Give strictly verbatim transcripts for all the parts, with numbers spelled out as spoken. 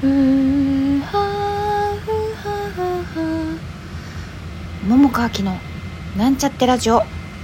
うーはふははは桃川きのなんちゃってラジオ。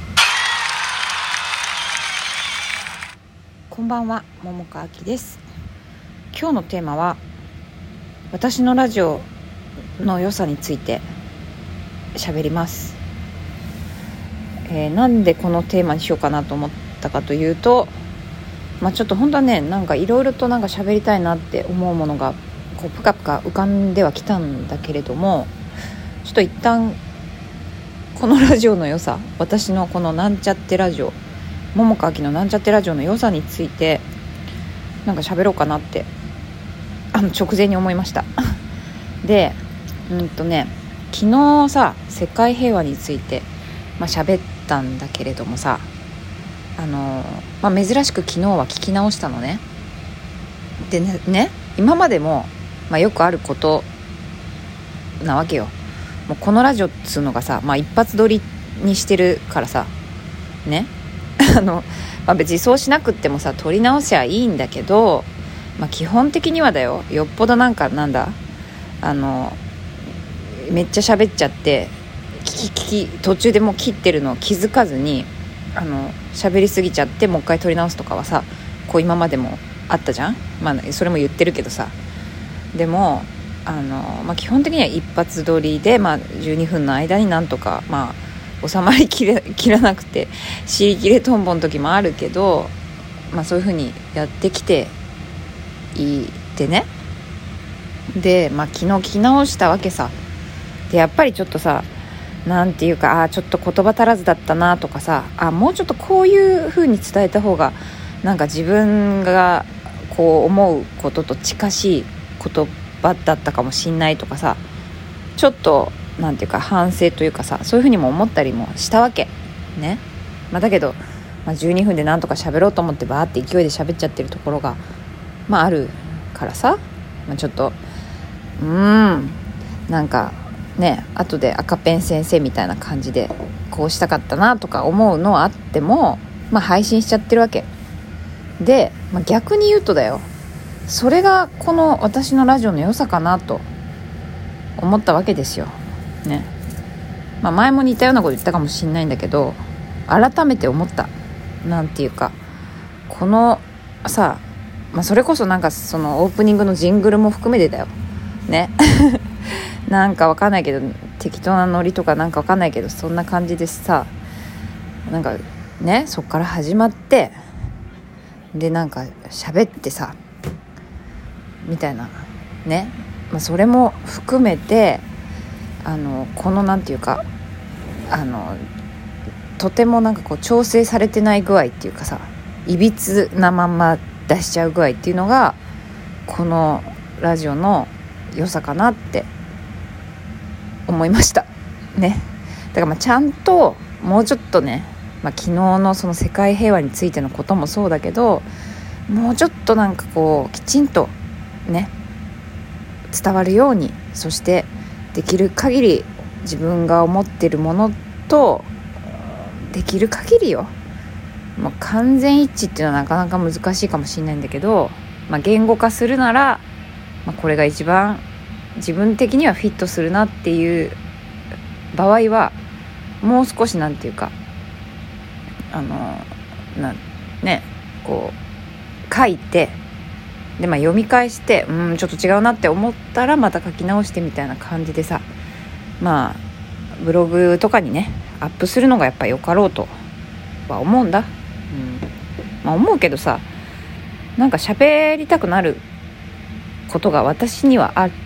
こんばんは、桃川きです。今日のテーマは私のラジオの良さについて喋ります。えー、なんでこのテーマにしようかなと思ったかというと、まあ、ちょっと本当はね、なんかいろいろとなんか喋りたいなって思うものがこうプカプカ浮かんではきたんだけれども、ちょっと一旦このラジオの良さ、私のこのなんちゃってラジオ、桃川きのなんちゃってラジオの良さについてなんか喋ろうかなってあの直前に思いましたで、うんとね昨日さ、世界平和についてまあ喋ったんだけれどもさ、あのまあ、珍しく昨日は聞き直したのね。で ね, ね今までも、まあ、よくあることなわけよ。もうこのラジオっつうのがさ、まあ、一発撮りにしてるからさねあの、まあ、別にそうしなくってもさ撮り直せばいいんだけど、まあ、基本的にはだよ、よっぽどなんかなんだあのめっちゃ喋っちゃって聞き聞き途中でもう切ってるのを気づかずにあの喋りすぎちゃってもう一回撮り直すとかはさ、こう今までもあったじゃん。まあそれも言ってるけどさ、でもあの、まあ、基本的には一発撮りで、まあ、じゅうにふんの間になんとか、まあ、収まりきれきらなくて尻切れトンボの時もあるけど、まあ、そういう風にやってきていてね。で、まあ、昨日聞き直したわけさ。でやっぱりちょっとさ、なんていうか、あちょっと言葉足らずだったなとかさ、あもうちょっとこういう風に伝えた方がなんか自分がこう思うことと近しい言葉だったかもしんないとかさ、ちょっとなんていうか反省というかさ、そういう風にも思ったりもしたわけね。まあ、だけど、まあ、じゅうにふんでなんとか喋ろうと思ってバーって勢いで喋っちゃってるところがまああるからさ、まあ、ちょっとうーんなんかね、後で赤ペン先生みたいな感じでこうしたかったなとか思うのはあっても、まあ、配信しちゃってるわけで、まあ、逆に言うとだよ、それがこの私のラジオの良さかなと思ったわけですよね。まあ、前も似たようなこと言ったかもしれないんだけど、改めて思った。なんていうかこのさ、まあ、それこそなんかそのオープニングのジングルも含めてだよねなんかわかんないけど適当なノリとかなんかわかんないけど、そんな感じでさ、なんかねそっから始まってでなんか喋ってさみたいなね、まあ、それも含めてあのこのなんていうかあのとてもなんかこう調整されてない具合っていうかさ、いびつなまんま出しちゃう具合っていうのがこのラジオの良さかなって思いましたね。だからまあちゃんともうちょっとね、まあ、昨日のその世界平和についてのこともそうだけど、もうちょっとなんかこうきちんとね伝わるように、そしてできる限り自分が思ってるものとできる限りよ、まあ、完全一致っていうのはなかなか難しいかもしれないんだけど、まあ、言語化するなら、まあ、これが一番自分的にはフィットするなっていう場合はもう少しなんていうかあのなねこう書いてで、まあ、読み返してうんちょっと違うなって思ったらまた書き直してみたいな感じでさ、まあブログとかにねアップするのがやっぱりよかろうとは思うんだ、うんまあ、思うけどさ、なんか喋りたくなることが私にはあって、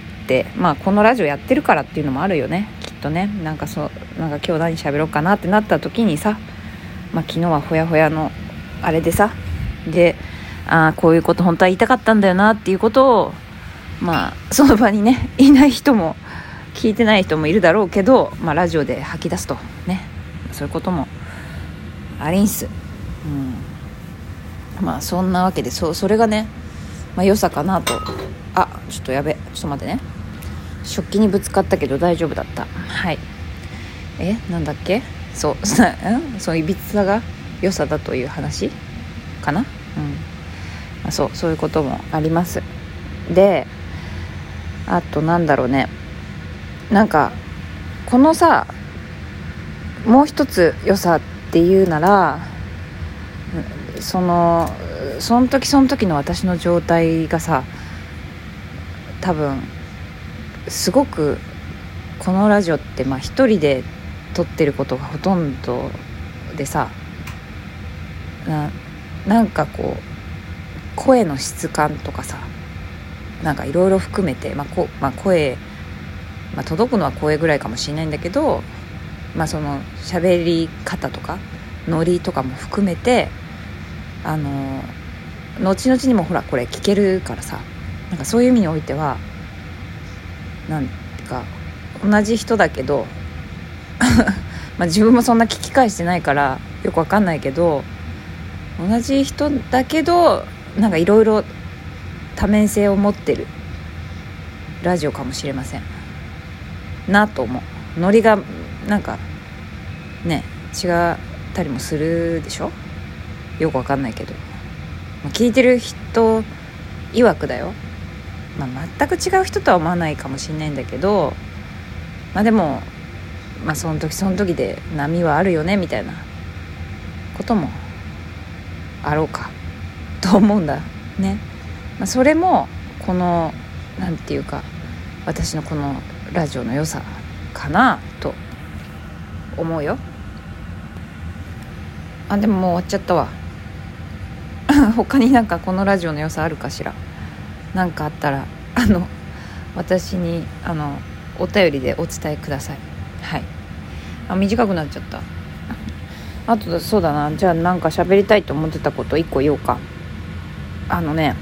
まあこのラジオやってるからっていうのもあるよね、きっとね。なんかそうなんか今日何喋ろうかなってなった時にさ、まあ昨日はほやほやのあれでさ、であこういうこと本当は言いたかったんだよなっていうことを、まあその場にねいない人も聞いてない人もいるだろうけど、まあラジオで吐き出すとね、そういうこともありんす、うん、まあそんなわけで そ, それがね、まあ、良さかなと。あちょっとやべちょっと待ってね、食器にぶつかったけど大丈夫だった。はいえなんだっけ、そうさんそういびつさが良さだという話かな、うんまあ、そうそういうこともあります。であとなんだろうね、なんかこのさ、もう一つ良さっていうなら、そのその時その時の私の状態がさ、多分すごくこのラジオってまあ一人で撮ってることがほとんどでさ、な, なんかこう声の質感とかさ、なんかいろいろ含めて、まあこまあ、声、まあ、届くのは声ぐらいかもしれないんだけど、まあその喋り方とかノリとかも含めて、あの後々にもほらこれ聞けるからさ、なんかそういう意味においてはなんか同じ人だけどまあ自分もそんな聞き返してないからよくわかんないけど、同じ人だけどなんかいろいろ多面性を持ってるラジオかもしれませんなと思う。ノリがなんかね違ったりもするでしょ、よくわかんないけど、まあ、聞いてる人曰くだよ、まあ、全く違う人とは思わないかもしれないんだけど、まあでも、まあ、その時その時で波はあるよねみたいなこともあろうかと思うんだね。まあ、それもこのなんていうか私のこのラジオの良さかなと思うよ。あ、でももう終わっちゃったわ他になんかこのラジオの良さあるかしら。なんかあったらあの私にあのお便りでお伝えください。はい。あ、短くなっちゃった。あとそうだな、じゃあなんか喋りたいと思ってたこと一個言おうか。あのね、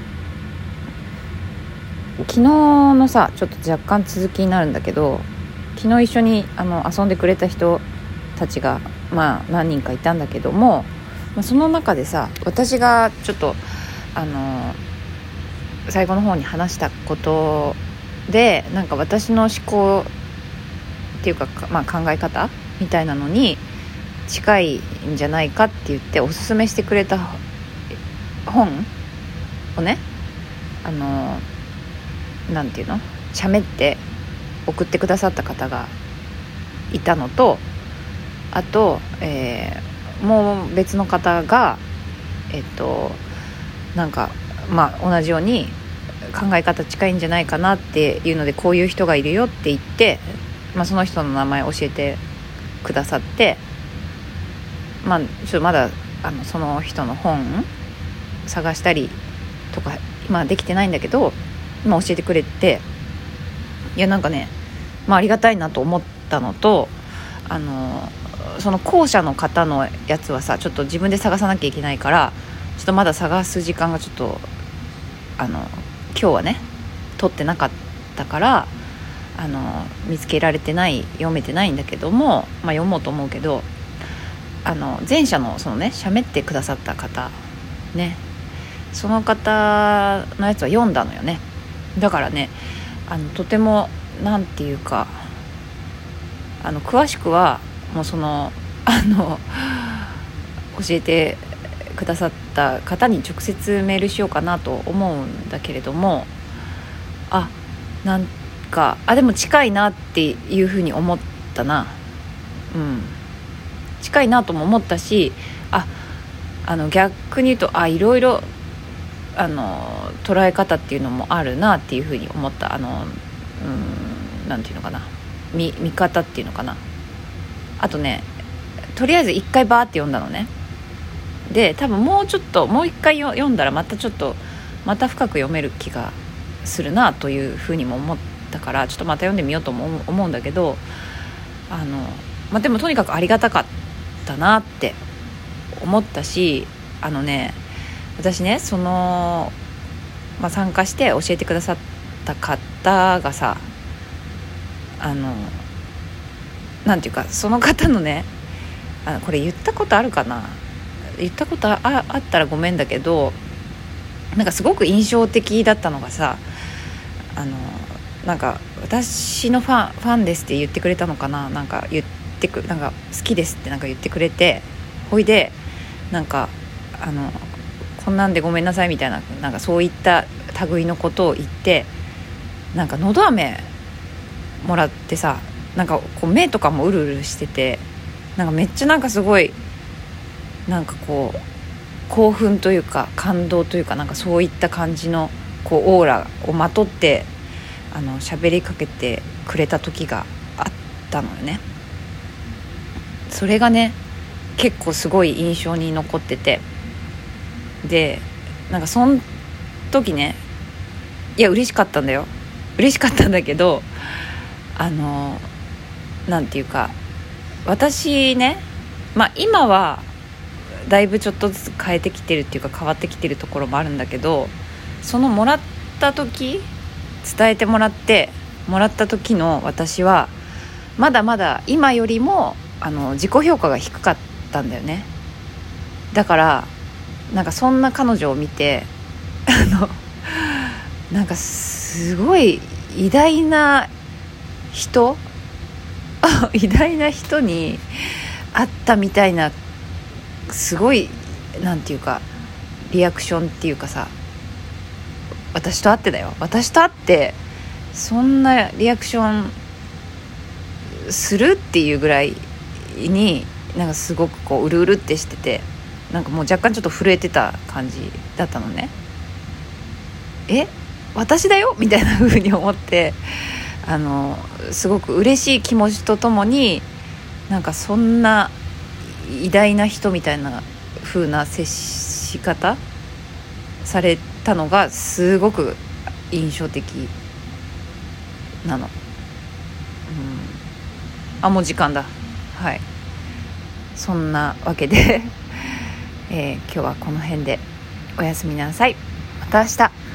昨日のさ、ちょっと若干続きになるんだけど、昨日一緒にあの遊んでくれた人たちがまあ何人かいたんだけども、まあ、その中でさ、私がちょっとあの最後の方に話したことで、なんか私の思考っていうか、まあ、考え方みたいなのに近いんじゃないかって言っておすすめしてくれた本をね、あのなんていうの、喋って送ってくださった方がいたのと、あと、えー、もう別の方がえっとなんかまあ同じように考え方近いんじゃないかなっていうので、こういう人がいるよって言って、まあ、その人の名前教えてくださって、まあちょっとまだあのその人の本探したりとか今できてないんだけど、今教えてくれて、いやなんかね、まあありがたいなと思ったのと、あのその後者の方のやつはさ、ちょっと自分で探さなきゃいけないから、ちょっとまだ探す時間がちょっとあの今日はね取ってなかったから、あの見つけられてない、読めてないんだけども、まあ、読もうと思うけど、あの前者のそのね喋ってくださった方ね、その方のやつは読んだのよね。だからね、あのとてもなんていうか、あの詳しくはもうそのあの教えてくださった方に直接メールしようかなと思うんだけれども、あ、なんかあでも近いなっていうふうに思ったな。うん、近いなとも思ったし、ああの逆に言うと、あいろいろあの捉え方っていうのもあるなっていうふうに思った。あのうんなんていうのかな、見見方っていうのかな。あとね、とりあえず一回バーって読んだのね。で多分もうちょっともう一回読んだらまたちょっとまた深く読める気がするなというふうにも思ったから、ちょっとまた読んでみようとも思うんだけど、あの、まあ、でもとにかくありがたかったなって思ったし、あのね私ねその、まあ、参加して教えてくださった方がさ、あのなんていうか、その方のね、あのこれ言ったことあるかな、言ったこと あ, あったらごめんだけど、なんかすごく印象的だったのがさ、あのなんか私のファンファンですって言ってくれたのかな、なんか言ってくなんか好きですってなんか言ってくれて、ほいでなんかあのこんなんでごめんなさいみたいな、なんかそういった類のことを言って、 なんかのど飴もらってさ、なんかこう目とかもうるうるしてて、なんかめっちゃなんかすごいなんかこう興奮というか感動というか、なんかそういった感じのこうオーラをまとってあの喋りかけてくれた時があったのよね。それがね結構すごい印象に残ってて、でなんかその時ね、いや嬉しかったんだよ嬉しかったんだけど、あのなんていうか、私ね、まあ今はだいぶちょっとずつ変えてきてるっていうか変わってきてるところもあるんだけど、そのもらった時、伝えてもらってもらった時の私はまだまだ今よりもあの自己評価が低かったんだよね。だからなんかそんな彼女を見てあのなんかすごい偉大な人偉大な人に会ったみたいな、すごいなんていうかリアクションっていうかさ、私と会ってだよ私と会ってそんなリアクションするっていうぐらいになんかすごくこううるうるってしてて、なんかもう若干ちょっと震えてた感じだったのね。え私だよみたいな風に思って、あのすごく嬉しい気持ちとともに、なんかそんな偉大な人みたいな風な接し方されたのがすごく印象的なの。うん、あ、もう時間だ。はい、そんなわけで、えー、今日はこの辺でおやすみなさい。また明日。